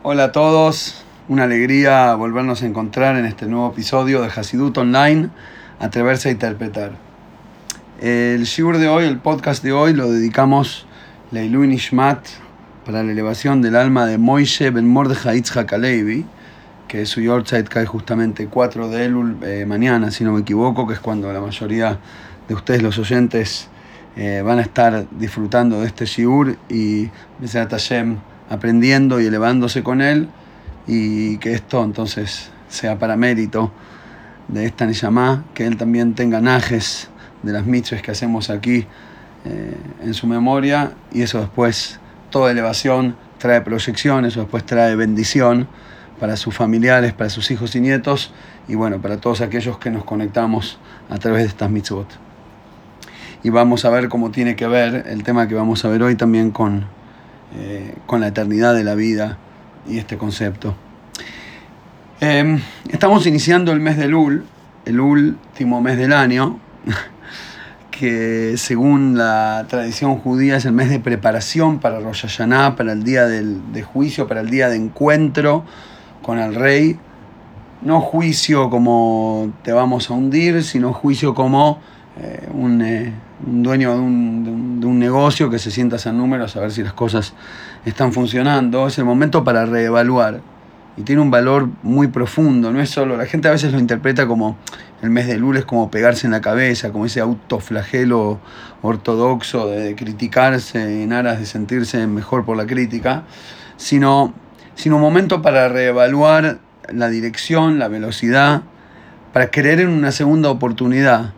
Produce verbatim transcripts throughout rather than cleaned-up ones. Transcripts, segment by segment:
Hola a todos, una alegría volvernos a encontrar en este nuevo episodio de Hasidut Online, Atreverse a Interpretar. El shiur de hoy, el podcast de hoy, lo dedicamos Leilui Nishmat para la elevación del alma de Moishe ben Mordechai Yitzhak Halevi, que su Yortzeit cae justamente cuatro de Elul eh, mañana, si no me equivoco, que es cuando la mayoría de ustedes, los oyentes, eh, van a estar disfrutando de este shiur y B'ezrat Hashem aprendiendo y elevándose con él, y que esto entonces sea para mérito de esta Neshama, que él también tenga najes de las mitzvahs que hacemos aquí eh, en su memoria, y eso después, toda elevación trae proyección, eso después trae bendición para sus familiares, para sus hijos y nietos, y bueno, para todos aquellos que nos conectamos a través de estas mitzvot. Y vamos a ver cómo tiene que ver el tema que vamos a ver hoy también con Eh, con la eternidad de la vida y este concepto. Eh, estamos iniciando el mes de Elul, el último mes del año, que según la tradición judía es el mes de preparación para Rosh Hashanah, para el día del, de juicio, para el día de encuentro con el rey. No juicio como te vamos a hundir, sino juicio como eh, un... Eh, un dueño de un, de, un, de un negocio que se sienta a hacer números a ver si las cosas están funcionando. Es el momento para reevaluar y tiene un valor muy profundo. No es solo, la gente a veces lo interpreta como el mes de Elul es como pegarse en la cabeza, como ese autoflagelo ortodoxo de criticarse en aras de sentirse mejor por la crítica, sino, sino un momento para reevaluar la dirección, la velocidad, para creer en una segunda oportunidad.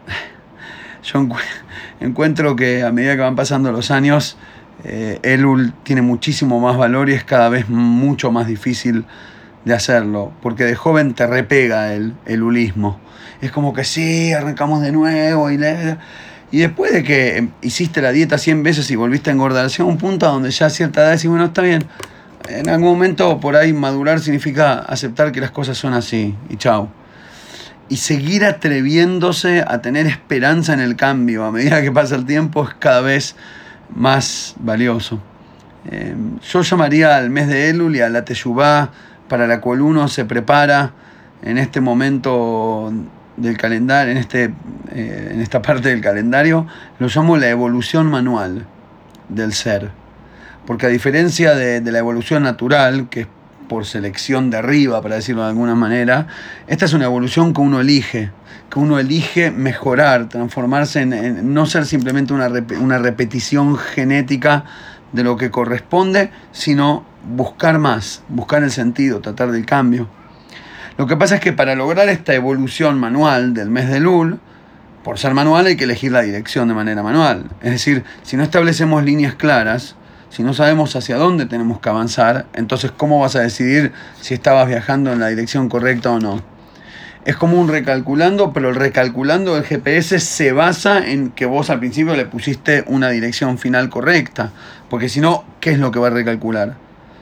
Yo encuentro que a medida que van pasando los años, eh, Elul tiene muchísimo más valor y es cada vez mucho más difícil de hacerlo, porque de joven te repega el elulismo. Es como que sí, arrancamos de nuevo y, le... y después de que hiciste la dieta cien veces y volviste a engordar, llega un punto donde ya a cierta edad decís, bueno, está bien, en algún momento por ahí madurar significa aceptar que las cosas son así y chao. Y seguir atreviéndose a tener esperanza en el cambio a medida que pasa el tiempo es cada vez más valioso. Eh, yo llamaría al mes de Elul y a la Teshuvá, para la cual uno se prepara en este momento del calendario, en, este, eh, en esta parte del calendario, lo llamo la evolución manual del ser. Porque a diferencia de, de la evolución natural, que es por selección de arriba, para decirlo de alguna manera, esta es una evolución que uno elige, que uno elige mejorar, transformarse en, en no ser simplemente una, rep, una repetición genética de lo que corresponde, sino buscar más, buscar el sentido, tratar del cambio. Lo que pasa es que para lograr esta evolución manual del mes de Elul, por ser manual hay que elegir la dirección de manera manual. Es decir, si no establecemos líneas claras, si no sabemos hacia dónde tenemos que avanzar, entonces ¿cómo vas a decidir si estabas viajando en la dirección correcta o no? Es como un recalculando, pero el recalculando del G P S se basa en que vos al principio le pusiste una dirección final correcta, porque si no, ¿qué es lo que va a recalcular?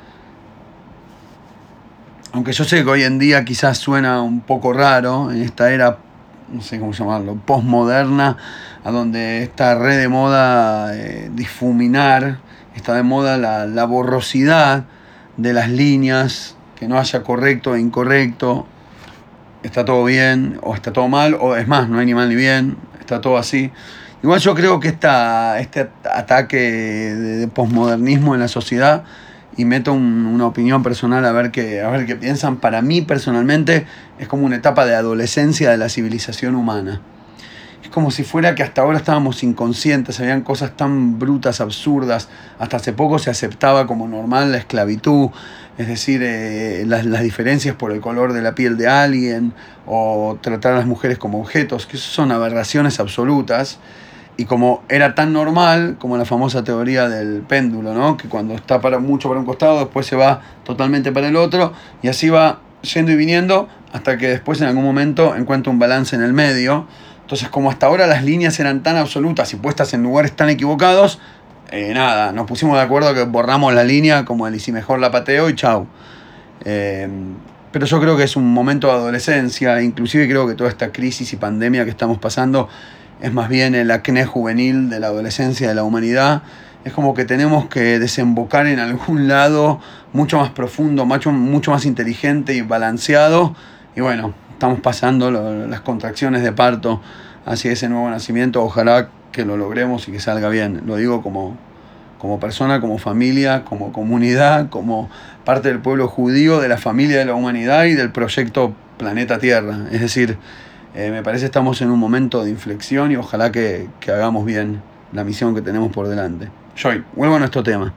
Aunque yo sé que hoy en día quizás suena un poco raro, en esta era, no sé cómo llamarlo, postmoderna, a donde está re de moda eh, difuminar, está de moda la, la borrosidad de las líneas, que no haya correcto e incorrecto, está todo bien o está todo mal, o es más, no hay ni mal ni bien, está todo así. Igual yo creo que esta, este ataque de, de posmodernismo en la sociedad, y meto un, una opinión personal a ver, qué, a ver qué piensan, para mí personalmente es como una etapa de adolescencia de la civilización humana. Es como si fuera que hasta ahora estábamos inconscientes, habían cosas tan brutas, absurdas. Hasta hace poco se aceptaba como normal la esclavitud, es decir, eh, las, las diferencias por el color de la piel de alguien, o tratar a las mujeres como objetos, que eso son aberraciones absolutas. Y como era tan normal, como la famosa teoría del péndulo, ¿no? Que cuando está para mucho para un costado, después se va totalmente para el otro, y así va yendo y viniendo, hasta que después en algún momento encuentra un balance en el medio. Entonces, como hasta ahora las líneas eran tan absolutas y puestas en lugares tan equivocados, eh, nada, nos pusimos de acuerdo que borramos la línea como el y si mejor la pateo y chau. Eh, pero yo creo que es un momento de adolescencia, inclusive creo que toda esta crisis y pandemia que estamos pasando es más bien el acné juvenil de la adolescencia de la humanidad, es como que tenemos que desembocar en algún lado mucho más profundo, mucho, mucho más inteligente y balanceado. Y bueno, estamos pasando lo, las contracciones de parto hacia ese nuevo nacimiento. Ojalá que lo logremos y que salga bien. Lo digo como, como persona, como familia, como comunidad, como parte del pueblo judío, de la familia de la humanidad y del proyecto Planeta Tierra. Es decir, eh, me parece que estamos en un momento de inflexión y ojalá que, que hagamos bien la misión que tenemos por delante. Joy, vuelvo a nuestro tema.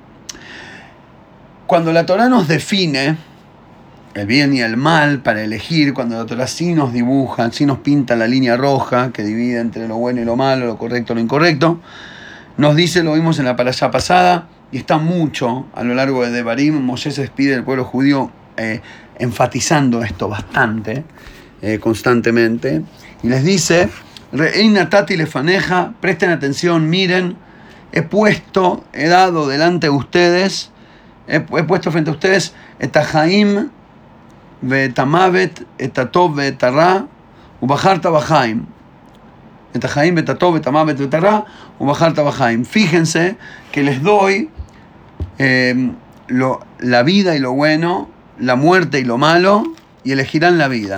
Cuando la Torá nos define el bien y el mal para elegir, cuando la Torá sí nos dibuja, sí nos pinta la línea roja que divide entre lo bueno y lo malo, lo correcto y lo incorrecto, nos dice, lo vimos en la parashá pasada, y está mucho a lo largo de Devarim, Moshe se despide del pueblo judío eh, enfatizando esto bastante, eh, constantemente, y les dice, Re'ei natati lefaneja, presten atención, miren, he puesto, he dado delante de ustedes, he, he puesto frente a ustedes, et haim ואת המוות, את הטוב ואת הרע, ובחרת בחיים. את החיים ואת הטוב, את המוות ואת הרע, ובחרת בחיים. Fíjense que les doy eh, lo, la vida y lo bueno, la muerte y lo malo, y elegirán la vida.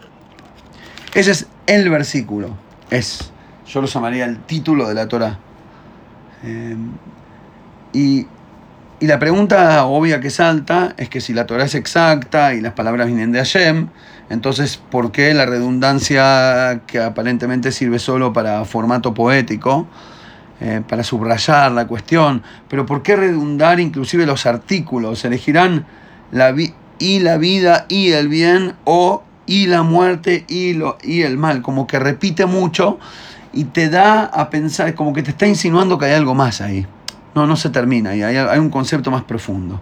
Ese es el versículo. Es, yo lo llamaría el título de la Torá. Eh, y Y la pregunta obvia que salta es que si la Torá es exacta y las palabras vienen de Hashem, entonces ¿por qué la redundancia que aparentemente sirve solo para formato poético, eh, para subrayar la cuestión? Pero ¿por qué redundar inclusive los artículos? Elegirán la vi- y la vida y el bien, o y la muerte y, lo, y el mal. Como que repite mucho y te da a pensar, como que te está insinuando que hay algo más ahí. No, no se termina, y hay, hay un concepto más profundo.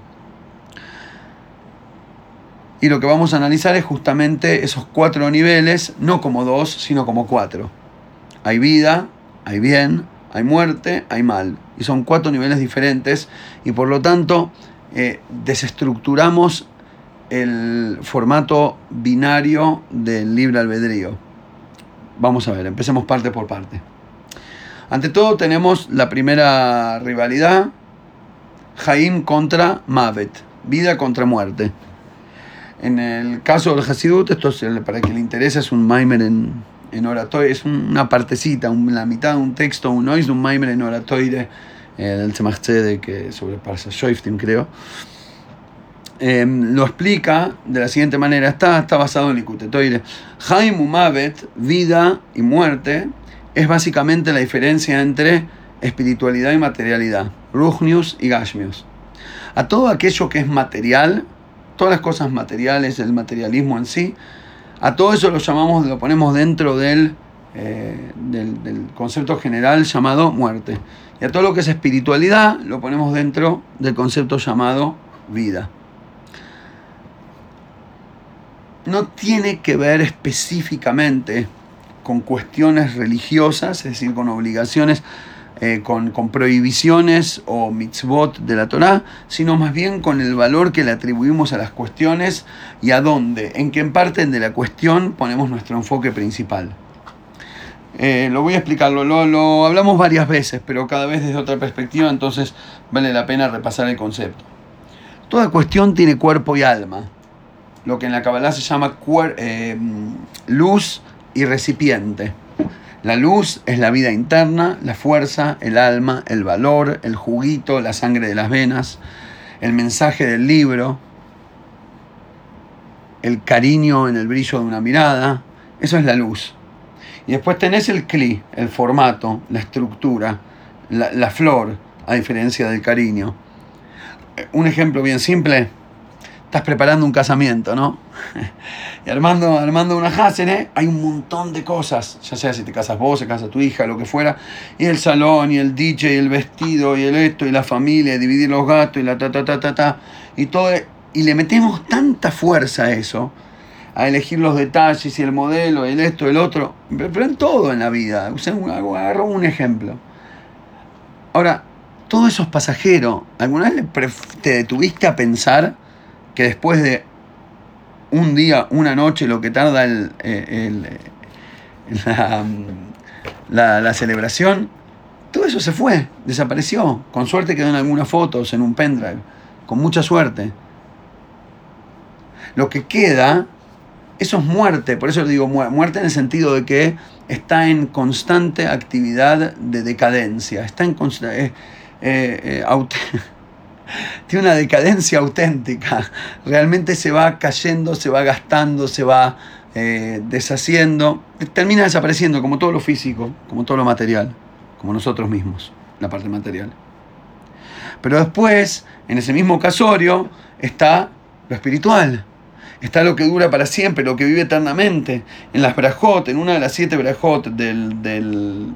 Y lo que vamos a analizar es justamente esos cuatro niveles, no como dos, sino como cuatro. Hay vida, hay bien, hay muerte, hay mal. Y son cuatro niveles diferentes, y por lo tanto eh, desestructuramos el formato binario del libre albedrío. Vamos a ver, empecemos parte por parte. Ante todo tenemos la primera rivalidad, Haim contra Mavet, vida contra muerte. En el caso del Hasidut, esto es, para que le interese, es un maimer en, en oratoria, es una partecita, un, la mitad de un texto, un ois de un maimer en oratoria eh, del Tzemach Tzedek, que sobre Parsa Shoiftim creo. Eh, lo explica de la siguiente manera, está, está basado en Likutei Torah. Haim u Mavet, vida y muerte, es básicamente la diferencia entre espiritualidad y materialidad, Ruchnius y Gashmius. A todo aquello que es material, todas las cosas materiales, el materialismo en sí, a todo eso lo llamamos, lo ponemos dentro del, eh, del, del concepto general llamado muerte. Y a todo lo que es espiritualidad lo ponemos dentro del concepto llamado vida. No tiene que ver específicamente con cuestiones religiosas, es decir, con obligaciones, eh, con, con prohibiciones o mitzvot de la Torá, sino más bien con el valor que le atribuimos a las cuestiones y a dónde, en qué parte de la cuestión ponemos nuestro enfoque principal. Eh, lo voy a explicarlo, lo, lo hablamos varias veces, pero cada vez desde otra perspectiva, entonces vale la pena repasar el concepto. Toda cuestión tiene cuerpo y alma, lo que en la Kabbalah se llama cuer, eh, luz y recipiente. La luz es la vida interna, la fuerza, el alma, el valor, el juguito, la sangre de las venas, el mensaje del libro, el cariño en el brillo de una mirada. Eso es la luz. Y después tenés el kli, el formato, la estructura, la, la flor, a diferencia del cariño. Un ejemplo bien simple. Estás preparando un casamiento, ¿no? Y armando, armando una hasene, hay un montón de cosas, ya sea si te casas vos, se casa tu hija, lo que fuera, y el salón, y el D J, y el vestido, y el esto, y la familia, y dividir los gastos, y la ta, ta, ta, ta, ta, y todo, y le metemos tanta fuerza a eso, a elegir los detalles, y el modelo, el esto, el otro, pero en todo en la vida. O sea, agarro un ejemplo. Ahora, todo eso es pasajero. ¿Alguna vez te detuviste a pensar que después de un día, una noche, lo que tarda el, el, el, la, la, la celebración, todo eso se fue, desapareció. Con suerte quedó en algunas fotos, en un pendrive, con mucha suerte. Lo que queda, eso es muerte, por eso digo muerte en el sentido de que está en constante actividad de decadencia, está en constante, eh, eh, aut- tiene una decadencia auténtica, realmente se va cayendo, se va gastando, se va eh, deshaciendo, termina desapareciendo como todo lo físico, como todo lo material, como nosotros mismos, la parte material. Pero después, en ese mismo casorio, está lo espiritual. Está lo que dura para siempre, lo que vive eternamente. En las brajot, en una de las siete brajot del, del,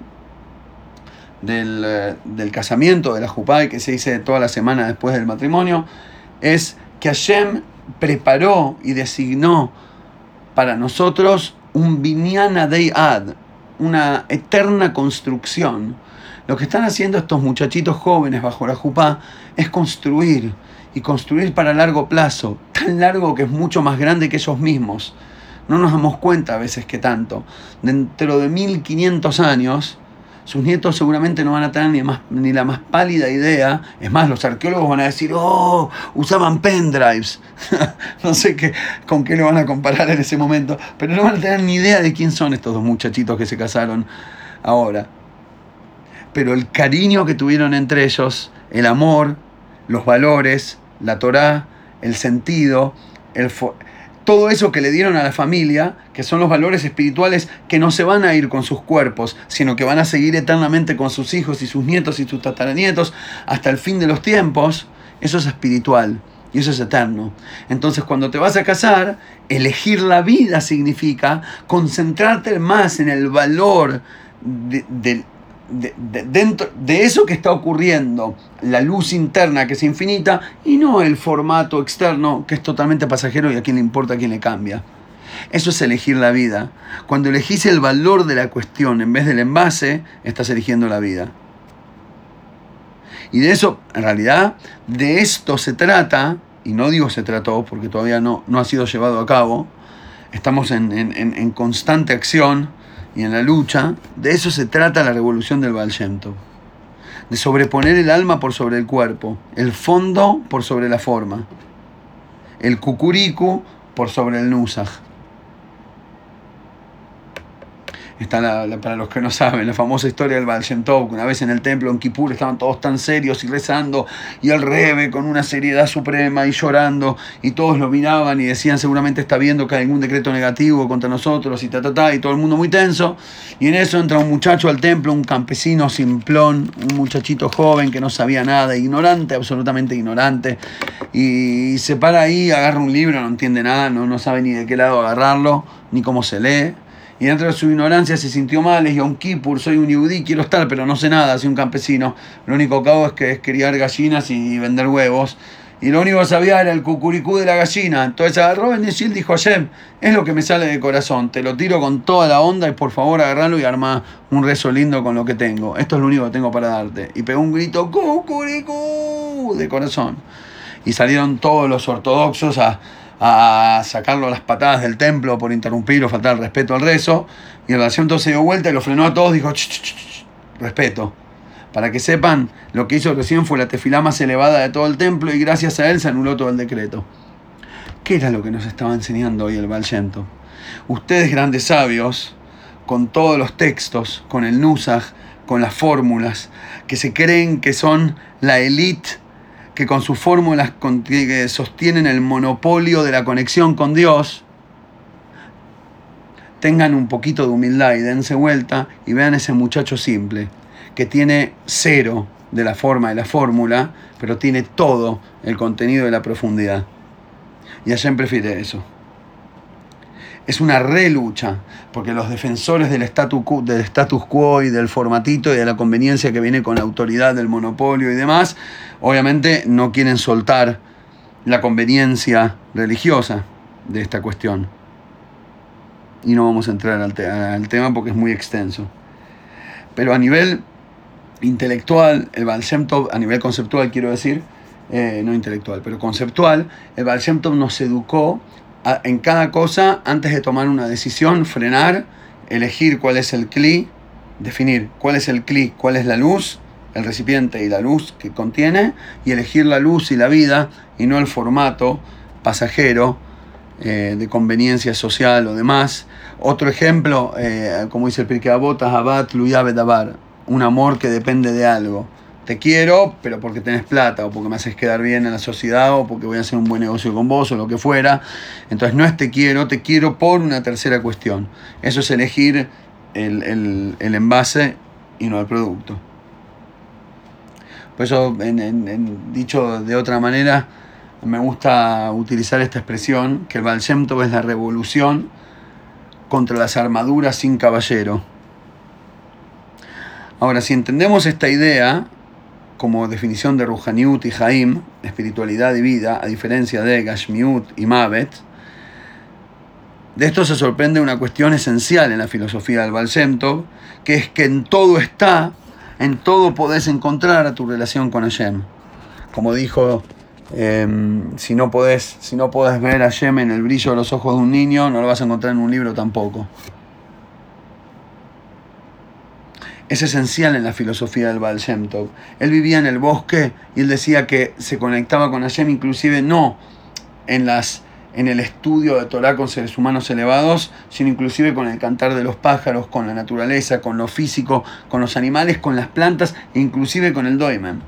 del, eh, del casamiento, de la jupá, que se dice toda la semana después del matrimonio, es que Hashem preparó y designó para nosotros un binyan adei ad, una eterna construcción. Lo que están haciendo estos muchachitos jóvenes bajo la jupá es construir, y construir para largo plazo, tan largo que es mucho más grande que ellos mismos. No nos damos cuenta a veces que tanto. Dentro de mil quinientos años, sus nietos seguramente no van a tener ni, más, ni la más pálida idea. Es más, los arqueólogos van a decir, oh, usaban pendrives. No sé qué, con qué lo van a comparar en ese momento, pero no van a tener ni idea de quién son estos dos muchachitos que se casaron ahora. Pero el cariño que tuvieron entre ellos, el amor, los valores, la Torá, el sentido, el fo- todo eso que le dieron a la familia, que son los valores espirituales que no se van a ir con sus cuerpos, sino que van a seguir eternamente con sus hijos y sus nietos y sus tataranietos hasta el fin de los tiempos, eso es espiritual y eso es eterno. Entonces, cuando te vas a casar, elegir la vida significa concentrarte más en el valor de, de De, de, dentro de eso que está ocurriendo, la luz interna que es infinita y no el formato externo que es totalmente pasajero y a quién le importa, a quién le cambia. Eso es elegir la vida. Cuando elegís el valor de la cuestión en vez del envase, estás eligiendo la vida. Y de eso, en realidad, de esto se trata, y no digo se trató porque todavía no, no ha sido llevado a cabo, estamos en, en, en constante acción y en la lucha. De eso se trata la revolución del Baal Shem Tov. De sobreponer el alma por sobre el cuerpo, el fondo por sobre la forma, el cucuricu por sobre el nusach. Está la, la, para los que no saben, la famosa historia del Baal Shem Tov, que una vez en el templo en Kippur estaban todos tan serios y rezando, y el Rebbe con una seriedad suprema y llorando, y todos lo miraban y decían, seguramente está viendo que hay algún decreto negativo contra nosotros, y ta, ta, ta, y todo el mundo muy tenso, y en eso entra un muchacho al templo, un campesino simplón, un muchachito joven que no sabía nada, ignorante, absolutamente ignorante, y se para ahí, agarra un libro, no entiende nada, no, no sabe ni de qué lado agarrarlo, ni cómo se lee. Y dentro de su ignorancia se sintió mal, y Yom Kippur, soy un yudí, quiero estar, pero no sé nada, soy un campesino. Lo único que hago es que es criar gallinas y vender huevos. Y lo único que sabía era el cucuricú de la gallina. Entonces agarró Ben Yeshil y dijo, Hashem, es lo que me sale de corazón, te lo tiro con toda la onda y por favor agarralo y arma un rezo lindo con lo que tengo. Esto es lo único que tengo para darte. Y pegó un grito, cucuricú, de corazón. Y salieron todos los ortodoxos a... a sacarlo a las patadas del templo por interrumpir o faltar el respeto al rezo, y el Baal Shem Tov se dio vuelta y lo frenó a todos, dijo, ch, ch, ch, respeto. Para que sepan, lo que hizo recién fue la tefilá más elevada de todo el templo y gracias a él se anuló todo el decreto. ¿Qué era lo que nos estaba enseñando hoy el Baal Shem Tov? Ustedes, grandes sabios, con todos los textos, con el nusach, con las fórmulas, que se creen que son la élite, que con sus fórmulas que sostienen el monopolio de la conexión con Dios, tengan un poquito de humildad y dense vuelta y vean ese muchacho simple, que tiene cero de la forma de la fórmula, pero tiene todo el contenido de la profundidad. Y Hashem prefiere eso. Es una relucha, porque los defensores del status quo, del status quo y del formatito y de la conveniencia que viene con la autoridad del monopolio y demás, obviamente no quieren soltar la conveniencia religiosa de esta cuestión. Y no vamos a entrar al, te- al tema porque es muy extenso. Pero a nivel intelectual, el Baal Shem Tov, a nivel conceptual quiero decir, eh, no intelectual, pero conceptual, el Baal Shem Tov nos educó a, en cada cosa, antes de tomar una decisión, frenar, elegir cuál es el cli definir cuál es el clic, cuál es la luz, el recipiente y la luz que contiene, y elegir la luz y la vida y no el formato pasajero eh, de conveniencia social o demás. Otro ejemplo, eh, como dice el Pirkei Avot, Ahavat Tluya Bedavar, un amor que depende de algo. Te quiero, pero porque tenés plata, o porque me haces quedar bien en la sociedad, o porque voy a hacer un buen negocio con vos, o lo que fuera. Entonces no es te quiero, te quiero por una tercera cuestión. Eso es elegir el, el, el envase y no el producto. Por eso, en, en, en, dicho de otra manera, me gusta utilizar esta expresión, que el Baal Shem Tov es la revolución contra las armaduras sin caballero. Ahora, si entendemos esta idea como definición de Ruhaniut y Haim, espiritualidad y vida, a diferencia de Gashmiut y Mavet, de esto se sorprende una cuestión esencial en la filosofía del Baal Shem Tov, que es que en todo está, en todo podés encontrar a tu relación con Hashem. Como dijo, eh, si no podés, si no podés ver a Hashem en el brillo de los ojos de un niño, no lo vas a encontrar en un libro tampoco. Es esencial en la filosofía del Baal Shem Tov. Él vivía en el bosque y él decía que se conectaba con Hashem, inclusive no en, las, en el estudio de Torah con seres humanos elevados, sino inclusive con el cantar de los pájaros, con la naturaleza, con lo físico, con los animales, con las plantas e inclusive con el doimen.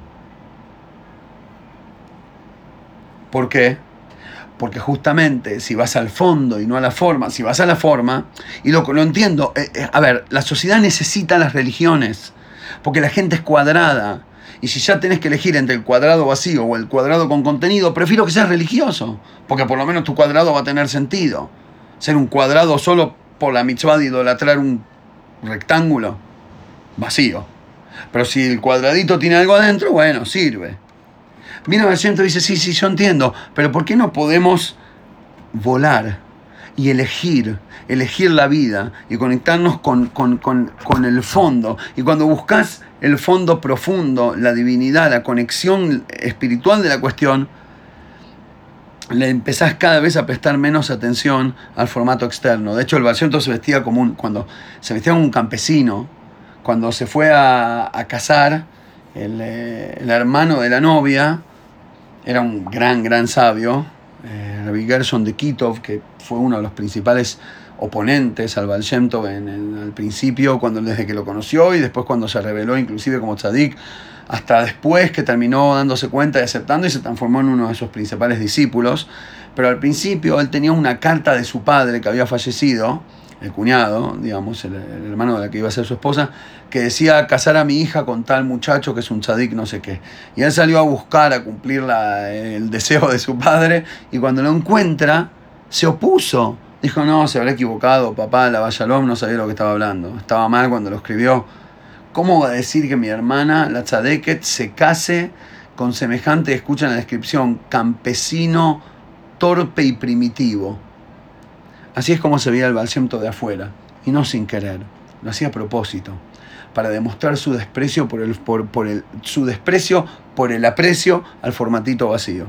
¿Por qué? Porque justamente si vas al fondo y no a la forma, si vas a la forma, y lo, lo entiendo, eh, eh, a ver, la sociedad necesita las religiones, porque la gente es cuadrada, y si ya tenés que elegir entre el cuadrado vacío o el cuadrado con contenido, prefiero que seas religioso, porque por lo menos tu cuadrado va a tener sentido. Ser un cuadrado solo por la mitzvah de idolatrar un rectángulo, vacío. Pero si el cuadradito tiene algo adentro, bueno, sirve. Viene el centro y dice, sí, sí, yo entiendo, pero ¿por qué no podemos volar y elegir, elegir la vida y conectarnos con, con, con, con el fondo? Y cuando buscas el fondo profundo, la divinidad, la conexión espiritual de la cuestión, le empezás cada vez a prestar menos atención al formato externo. De hecho, el Baal Shem Tov se vestía como un, cuando se vestía como un campesino, cuando se fue a, a casar, el, el hermano de la novia era un gran, gran sabio, eh, Rabbi Gershon de Kitov, que fue uno de los principales oponentes al Baal Shem Tov en, en, al principio, cuando, desde que lo conoció, y después cuando se reveló inclusive como tzadik, hasta después que terminó dándose cuenta y aceptando y se transformó en uno de sus principales discípulos. Pero al principio él tenía una carta de su padre que había fallecido, el cuñado, digamos, el, el hermano de la que iba a ser su esposa, que decía casar a mi hija con tal muchacho que es un tzadik no sé qué. Y él salió a buscar, a cumplir la, el deseo de su padre, y cuando lo encuentra, se opuso. Dijo, no, se habrá equivocado, papá, la Shalom no sabía lo que estaba hablando. Estaba mal cuando lo escribió. ¿Cómo va a decir que mi hermana, la tzadeket, se case con semejante, escuchan la descripción, campesino, torpe y primitivo? Así es como se veía el Baal Shem Tov de afuera, y no sin querer, lo hacía a propósito, para demostrar su desprecio por el, por, por el, su desprecio por el aprecio al formatito vacío.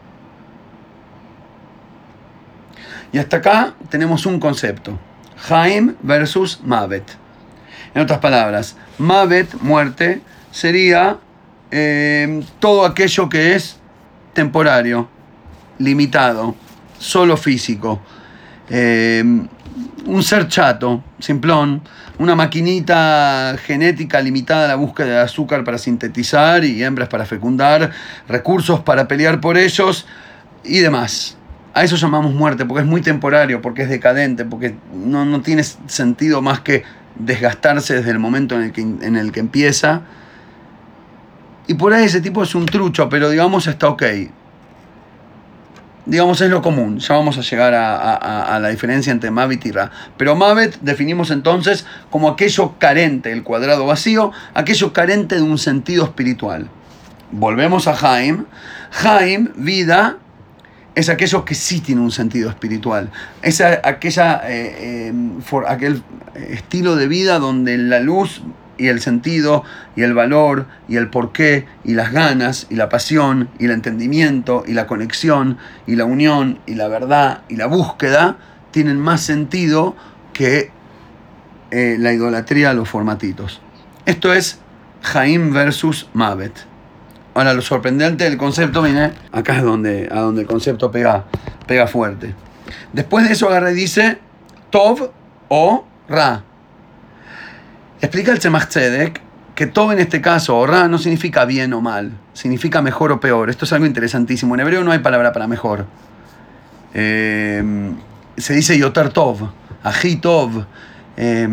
Y hasta acá tenemos un concepto, Haim versus Mavet. En otras palabras, Mavet, muerte, sería eh, todo aquello que es temporario, limitado, solo físico. Eh, un ser chato, simplón, una maquinita genética limitada a la búsqueda de azúcar para sintetizar y hembras para fecundar, recursos para pelear por ellos y demás. A eso llamamos muerte, porque es muy temporario, porque es decadente, porque no, no tiene sentido más que desgastarse desde el momento en el que, en el que empieza. Y por ahí ese tipo es un trucho, pero digamos está ok. Digamos, es lo común. Ya vamos a llegar a, a, a la diferencia entre Mavet y Ra. Pero Mavet definimos entonces como aquello carente, el cuadrado vacío, aquello carente de un sentido espiritual. Volvemos a Haim. Haim, vida, es aquello que sí tiene un sentido espiritual. Es aquella, eh, eh, for, aquel estilo de vida donde la luz y el sentido y el valor y el porqué y las ganas y la pasión y el entendimiento y la conexión y la unión y la verdad y la búsqueda tienen más sentido que eh, la idolatría a los formatitos. Esto es Haim versus Mavet. Ahora, lo sorprendente del concepto viene, acá es donde, a donde el concepto pega, pega fuerte. Después de eso agarra y dice Tov o Ra. Explica el Tzemach Tzedek que Tov en este caso, o Ra, no significa bien o mal, significa mejor o peor. Esto es algo interesantísimo. En hebreo no hay palabra para mejor. Eh, se dice Yoter Tov, Aji Tov, eh,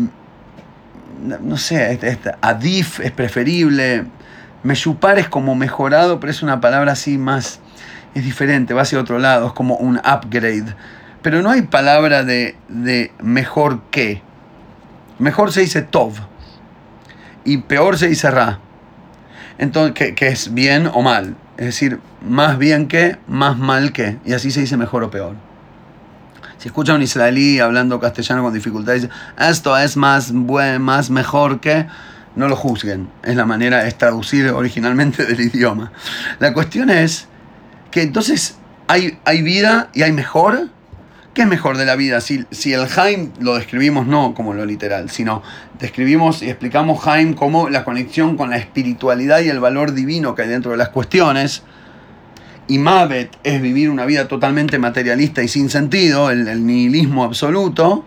no sé, este, este, Adif es preferible. Meshupar es como mejorado, pero es una palabra así más, es diferente, va hacia otro lado, es como un upgrade. Pero no hay palabra de, de mejor que. Mejor se dice Tov y peor se dice Ra. Entonces, que, que es bien o mal. Es decir, más bien que, más mal que. Y así se dice mejor o peor. Si escucha a un israelí hablando castellano con dificultad y dice, esto es más buen, más mejor que, no lo juzguen. Es la manera, es traducir originalmente del idioma. La cuestión es que entonces hay, hay vida y hay mejor. ¿Qué es mejor de la vida? Si, si el Haim lo describimos no como lo literal, sino describimos y explicamos Haim como la conexión con la espiritualidad y el valor divino que hay dentro de las cuestiones, y Mavet es vivir una vida totalmente materialista y sin sentido, el, el nihilismo absoluto,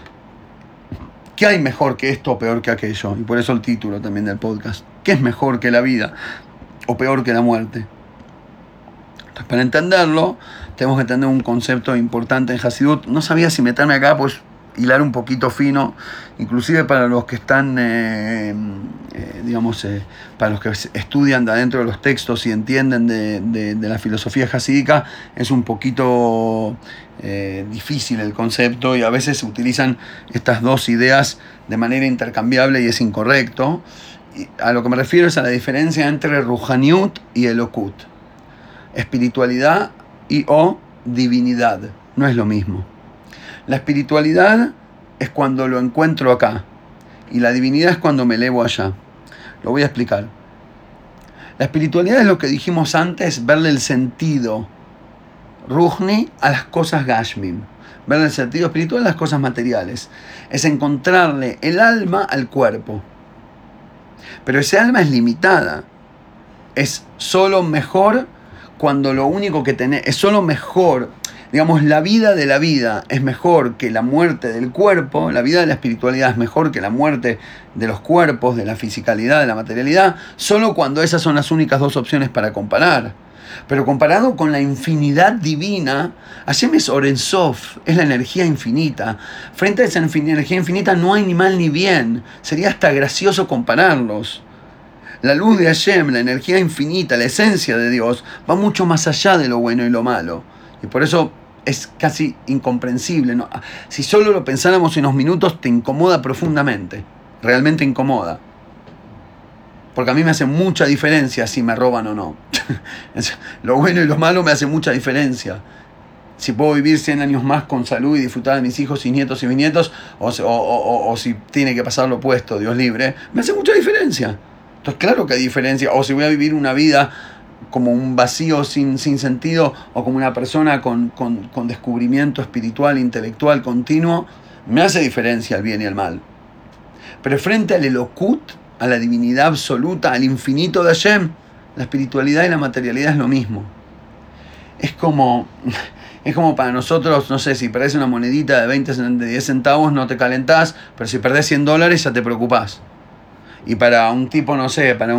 ¿qué hay mejor que esto o peor que aquello? Y por eso el título también del podcast. ¿Qué es mejor que la vida o peor que la muerte? Entonces, para entenderlo, tenemos que tener un concepto importante en Hasidut. No sabía si meterme acá, pues hilar un poquito fino, inclusive para los que están, eh, eh, digamos, eh, para los que estudian de adentro de los textos y entienden de, de, de la filosofía hasídica, es un poquito eh, difícil el concepto y a veces se utilizan estas dos ideas de manera intercambiable y es incorrecto. Y a lo que me refiero es a la diferencia entre Ruhaniut y Elokut. Espiritualidad y o divinidad. No es lo mismo. La espiritualidad es cuando lo encuentro acá. Y la divinidad es cuando me elevo allá. Lo voy a explicar. La espiritualidad es lo que dijimos antes, verle el sentido Ruhni a las cosas Gashmim. Verle el sentido espiritual a las cosas materiales. Es encontrarle el alma al cuerpo. Pero ese alma es limitada. Es solo mejor cuando lo único que tenés, es solo mejor, digamos, la vida de la vida es mejor que la muerte del cuerpo, la vida de la espiritualidad es mejor que la muerte de los cuerpos, de la fisicalidad, de la materialidad, solo cuando esas son las únicas dos opciones para comparar. Pero comparado con la infinidad divina, Hashem es Or Ein Sof, es la energía infinita. Frente a esa energía infinita no hay ni mal ni bien, sería hasta gracioso compararlos. La luz de Hashem, la energía infinita, la esencia de Dios, va mucho más allá de lo bueno y lo malo. Y por eso es casi incomprensible, ¿no? Si solo lo pensáramos en unos minutos, te incomoda profundamente. Realmente incomoda. Porque a mí me hace mucha diferencia si me roban o no. Lo bueno y lo malo me hace mucha diferencia. Si puedo vivir cien años más con salud y disfrutar de mis hijos y nietos y bisnietos, o, o, o, o si tiene que pasar lo opuesto, Dios libre, me hace mucha diferencia. Entonces, claro que hay diferencia. O si voy a vivir una vida como un vacío sin, sin sentido, o como una persona con, con, con descubrimiento espiritual, intelectual continuo, me hace diferencia el bien y el mal. Pero frente al Elokut, a la divinidad absoluta, al infinito de Hashem, la espiritualidad y la materialidad es lo mismo. Es como, es como para nosotros, no sé, si perdés una monedita de veinte, de diez centavos no te calentás, pero si perdés cien dólares ya te preocupás. Y para un tipo, no sé, para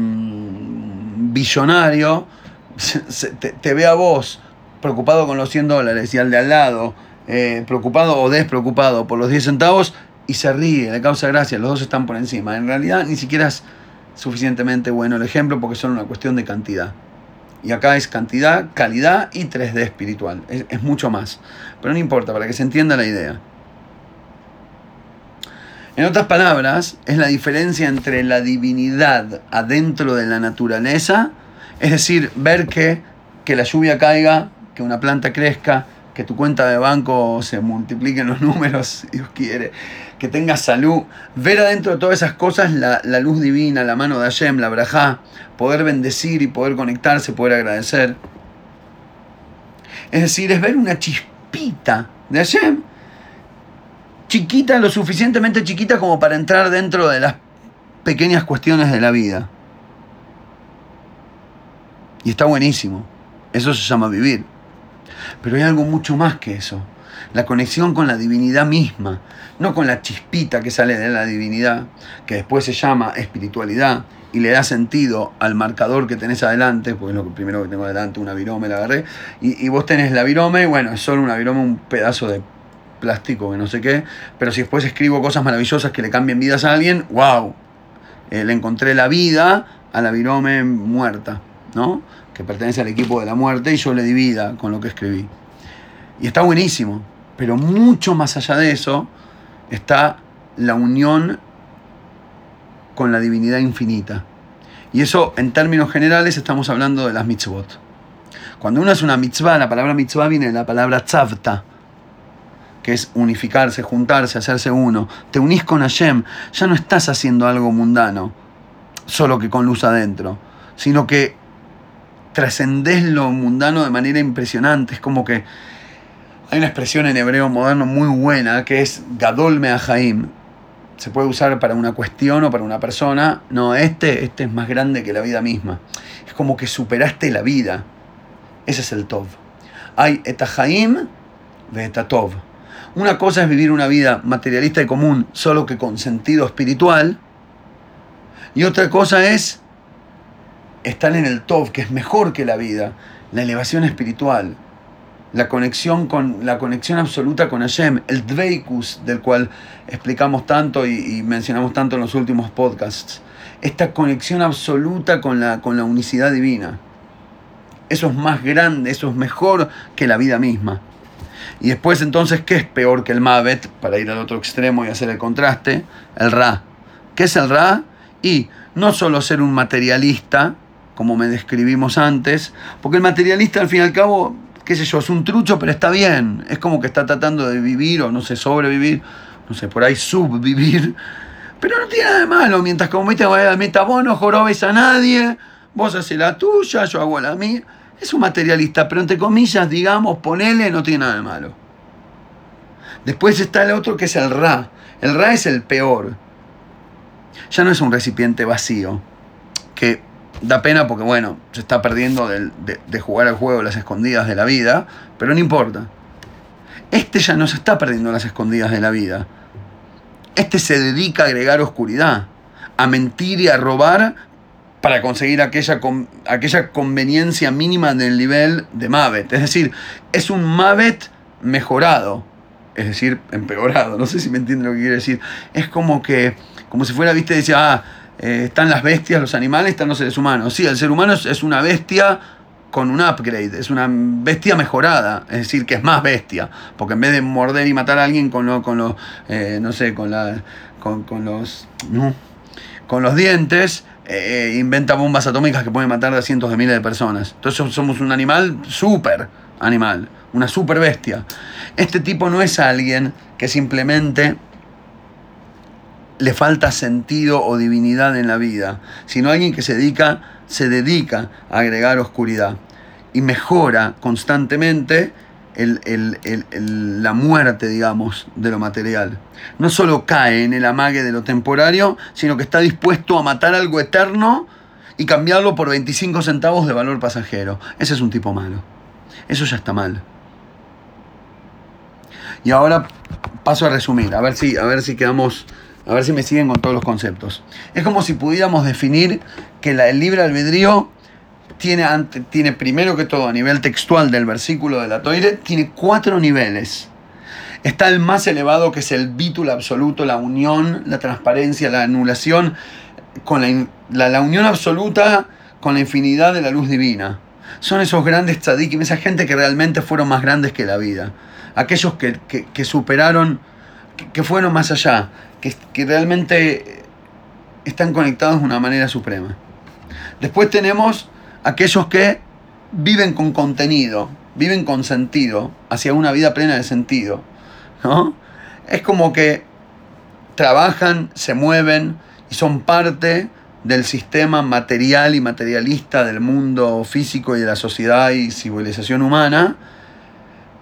un billonario, te, te ve a vos preocupado con los cien dólares y al de al lado eh, preocupado o despreocupado por los diez centavos y se ríe, le causa gracia, los dos están por encima. En realidad ni siquiera es suficientemente bueno el ejemplo porque es solo una cuestión de cantidad. Y acá es cantidad, calidad y tres D espiritual. Es, es mucho más. Pero no importa, para que se entienda la idea. En otras palabras, es la diferencia entre la divinidad adentro de la naturaleza, es decir, ver que, que la lluvia caiga, que una planta crezca, que tu cuenta de banco se multipliquen los números, si Dios quiere, que tengas salud, ver adentro de todas esas cosas la, la luz divina, la mano de Hashem, la brajá, poder bendecir y poder conectarse, poder agradecer. Es decir, es ver una chispita de Hashem, chiquita, lo suficientemente chiquita como para entrar dentro de las pequeñas cuestiones de la vida. Y está buenísimo. Eso se llama vivir. Pero hay algo mucho más que eso. La conexión con la divinidad misma. No con la chispita que sale de la divinidad, que después se llama espiritualidad y le da sentido al marcador que tenés adelante, porque es lo primero que tengo adelante, una virome, la agarré, y, y vos tenés la virome, y bueno, es solo una virome, un pedazo de plástico que no sé qué, pero si después escribo cosas maravillosas que le cambien vidas a alguien, wow, eh, le encontré la vida a la virome muerta, ¿no? Que pertenece al equipo de la muerte, y yo le di vida con lo que escribí. Y está buenísimo, pero mucho más allá de eso está la unión con la divinidad infinita. Y eso, en términos generales, estamos hablando de las mitzvot. Cuando uno hace una mitzvah, la palabra mitzvah viene de la palabra tzavta, que es unificarse, juntarse, hacerse uno. Te unís con Hashem, ya no estás haciendo algo mundano, solo que con luz adentro, sino que trascendés lo mundano de manera impresionante. Es como que hay una expresión en hebreo moderno muy buena que es Gadol Me'ahaim. Se puede usar para una cuestión o para una persona. No, este, este es más grande que la vida misma. Es como que superaste la vida. Ese es el Tov. Hay etahaim ve etatov. Una cosa es vivir una vida materialista y común, solo que con sentido espiritual. Y otra cosa es estar en el Tov, que es mejor que la vida. La elevación espiritual. La conexión, con, la conexión absoluta con Hashem, el Dveikus, del cual explicamos tanto y, y mencionamos tanto en los últimos podcasts. Esta conexión absoluta con la, con la unicidad divina. Eso es más grande, eso es mejor que la vida misma. Y después entonces, ¿qué es peor que el Mavet? Para ir al otro extremo y hacer el contraste, el Ra. ¿Qué es el Ra? Y no solo ser un materialista, como me describimos antes, porque el materialista al fin y al cabo, qué sé yo, es un trucho, pero está bien. Es como que está tratando de vivir, o no sé, sobrevivir, no sé, por ahí subvivir. Pero no tiene nada de malo, mientras como viste, vos no jorobes a nadie, vos haces la tuya, yo hago la mía. Es un materialista, pero entre comillas, digamos, ponele, no tiene nada de malo. Después está el otro que es el Ra. El Ra es el peor. Ya no es un recipiente vacío, que da pena porque, bueno, se está perdiendo de, de, de jugar al juego las escondidas de la vida, pero no importa. Este ya no se está perdiendo las escondidas de la vida. Este se dedica a agregar oscuridad, a mentir y a robar para conseguir aquella, aquella conveniencia mínima del nivel de Mavet. Es decir, es un Mavet mejorado, es decir, empeorado. No sé si me entienden lo que quiere decir. Es como que, como si fuera, viste, decía, ah, eh, están las bestias, los animales, están los seres humanos. Sí, el ser humano es, es una bestia con un upgrade, es una bestia mejorada, es decir, que es más bestia, porque en vez de morder y matar a alguien con, lo, con los, eh, no sé, con, la, con, con los, no, con los dientes, eh, inventa bombas atómicas que pueden matar a cientos de miles de personas. Entonces somos un animal súper animal, una súper bestia. Este tipo no es alguien que simplemente le falta sentido o divinidad en la vida, sino alguien que se dedica, se dedica a agregar oscuridad y mejora constantemente el, el, el, el, la muerte, digamos, de lo material. No solo cae en el amague de lo temporario, sino que está dispuesto a matar algo eterno y cambiarlo por veinticinco centavos de valor pasajero. Ese es un tipo malo. Eso ya está mal. Y ahora paso a resumir, a ver si, a ver si quedamos... A ver si me siguen con todos los conceptos. Es como si pudiéramos definir que la, el libre albedrío tiene, ante, tiene primero que todo a nivel textual del versículo de la Toire, tiene cuatro niveles. Está el más elevado, que es el bitul absoluto, la unión, la transparencia, la anulación, con la, la, la unión absoluta con la infinidad de la luz divina. Son esos grandes tzadikim, esa gente que realmente fueron más grandes que la vida. Aquellos que, que, que superaron, que, que fueron más allá. Que, que realmente están conectados de una manera suprema. Después tenemos aquellos que viven con contenido, viven con sentido, hacia una vida plena de sentido, ¿no? Es como que trabajan, se mueven y son parte del sistema material y materialista del mundo físico y de la sociedad y civilización humana,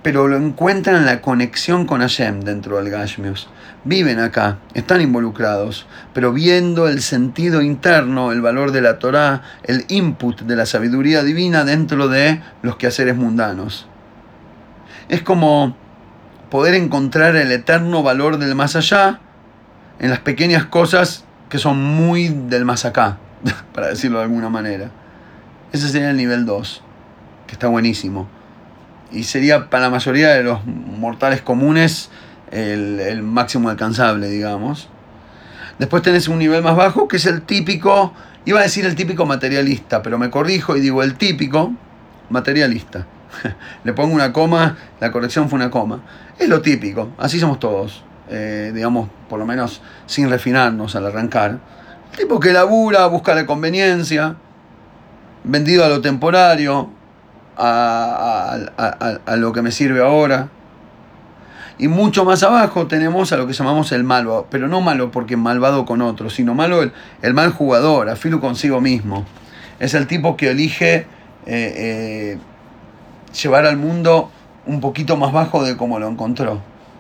pero lo encuentran en la conexión con Hashem dentro del Gashmius. Viven acá, están involucrados, pero viendo el sentido interno, el valor de la Torá, el input de la sabiduría divina dentro de los quehaceres mundanos. Es como poder encontrar el eterno valor del más allá en las pequeñas cosas que son muy del más acá, para decirlo de alguna manera. Ese sería el nivel dos, que está buenísimo. Y sería para la mayoría de los mortales comunes el, el máximo alcanzable, digamos. Después tenés un nivel más bajo, que es el típico, iba a decir el típico materialista, pero me corrijo y digo el típico materialista. Le pongo una coma, la corrección fue una coma. Es lo típico, así somos todos, eh, digamos, por lo menos sin refinarnos al arrancar. El tipo que labura, busca la conveniencia, vendido a lo temporario, a, a, a, a lo que me sirve ahora. Y mucho más abajo tenemos a lo que llamamos el malo, pero no malo porque malvado con otros, sino malo el, el mal jugador, afilo consigo mismo. Es el tipo que elige eh, eh, llevar al mundo un poquito más bajo de como lo encontró.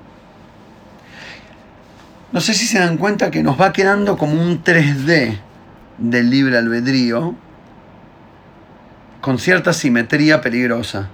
No sé si se dan cuenta que nos va quedando como un tres D del libre albedrío, con cierta simetría peligrosa.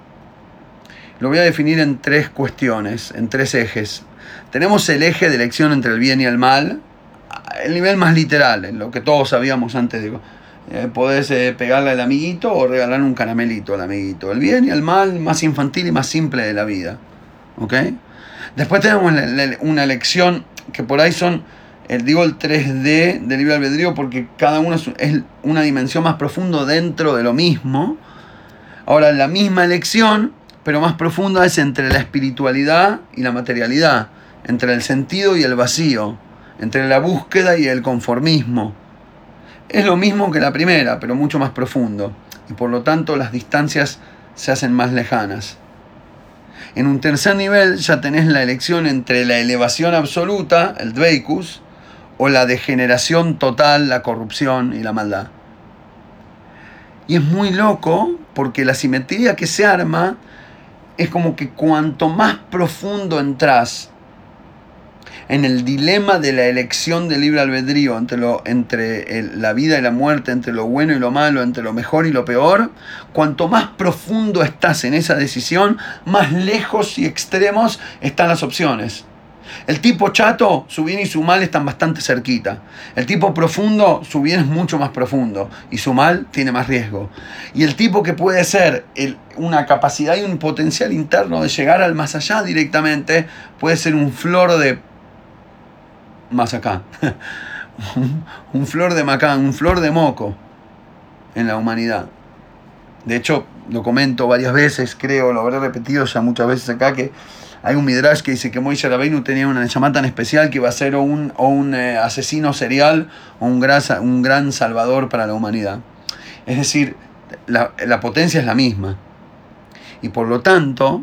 Lo voy a definir en tres cuestiones, en tres ejes. Tenemos el eje de elección entre el bien y el mal, el nivel más literal, en lo que todos sabíamos antes de... Eh, podés eh, pegarle al amiguito o regalarle un caramelito al amiguito. El bien y el mal más infantil y más simple de la vida. ¿Ok? Después tenemos la, la, una elección que por ahí son, eh, digo el tres D del libre albedrío porque cada uno es, es una dimensión más profunda dentro de lo mismo. Ahora, la misma elección, pero más profunda, es entre la espiritualidad y la materialidad, entre el sentido y el vacío, entre la búsqueda y el conformismo. Es lo mismo que la primera, pero mucho más profundo, y por lo tanto las distancias se hacen más lejanas. En un tercer nivel ya tenés la elección entre la elevación absoluta, el dveikus, o la degeneración total, la corrupción y la maldad. Y es muy loco porque la simetría que se arma es como que cuanto más profundo entras en el dilema de la elección del libre albedrío entre, lo, entre el, la vida y la muerte, entre lo bueno y lo malo, entre lo mejor y lo peor, cuanto más profundo estás en esa decisión, más lejos y extremos están las opciones. El tipo chato, su bien y su mal están bastante cerquita. El tipo profundo, su bien es mucho más profundo y su mal tiene más riesgo. Y el tipo que puede ser el, una capacidad y un potencial interno de llegar al más allá directamente, puede ser un flor de más acá, un flor de macán, un flor de moco en la humanidad. De hecho, lo comento varias veces, creo, lo habré repetido ya muchas veces acá, que hay un midrash que dice que Moishe Rabbeinu tenía una neshama tan especial que iba a ser o un, o un eh, asesino serial o un gran, un gran salvador para la humanidad. Es decir, la, la potencia es la misma. Y por lo tanto,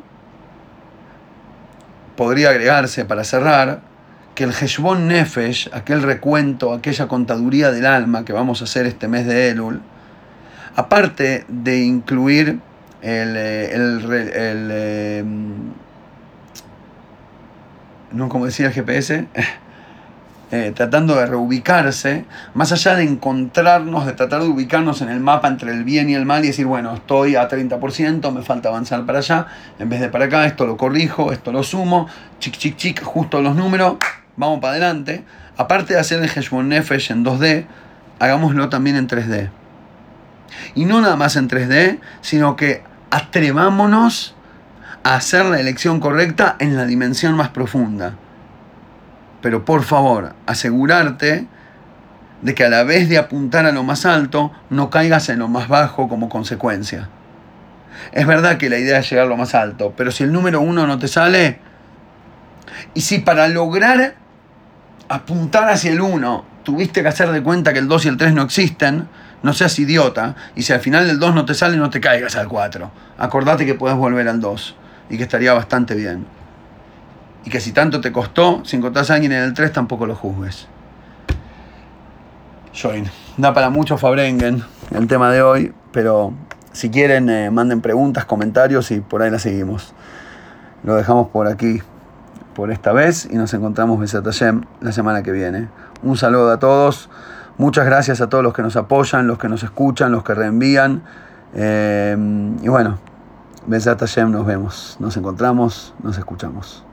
podría agregarse, para cerrar, que el Heshbon Nefesh, aquel recuento, aquella contaduría del alma que vamos a hacer este mes de Elul, aparte de incluir el, el, el, el eh, no como decía el G P S, eh, tratando de reubicarse, más allá de encontrarnos, de tratar de ubicarnos en el mapa entre el bien y el mal y decir, bueno, estoy a treinta por ciento, me falta avanzar para allá, en vez de para acá, esto lo corrijo, esto lo sumo, chic, chic, chic, justo los números, vamos para adelante. Aparte de hacer el Heshbon Nefesh en dos D, hagámoslo también en tres D. Y no nada más en tres D, sino que atrevámonos a hacer la elección correcta en la dimensión más profunda. Pero por favor, asegurarte de que a la vez de apuntar a lo más alto, no caigas en lo más bajo como consecuencia. Es verdad que la idea es llegar a lo más alto, pero si el número uno no te sale, y si para lograr apuntar hacia el uno tuviste que hacer de cuenta que el dos y el tres no existen, no seas idiota, y si al final del dos no te sale, no te caigas al cuatro. Acordate que puedes volver al dos, y que estaría bastante bien. Y que si tanto te costó, si encontrás a alguien en el tres, tampoco lo juzgues. Join. Da para mucho Fabrengen el tema de hoy, pero si quieren, eh, manden preguntas, comentarios y por ahí la seguimos. lo dejamos por aquí, por esta vez, y nos encontramos Besat Hashem la semana que viene. Un saludo a todos, muchas gracias a todos los que nos apoyan, los que nos escuchan, los que reenvían, eh, y bueno, Besat Hashem, nos vemos, nos encontramos, nos escuchamos.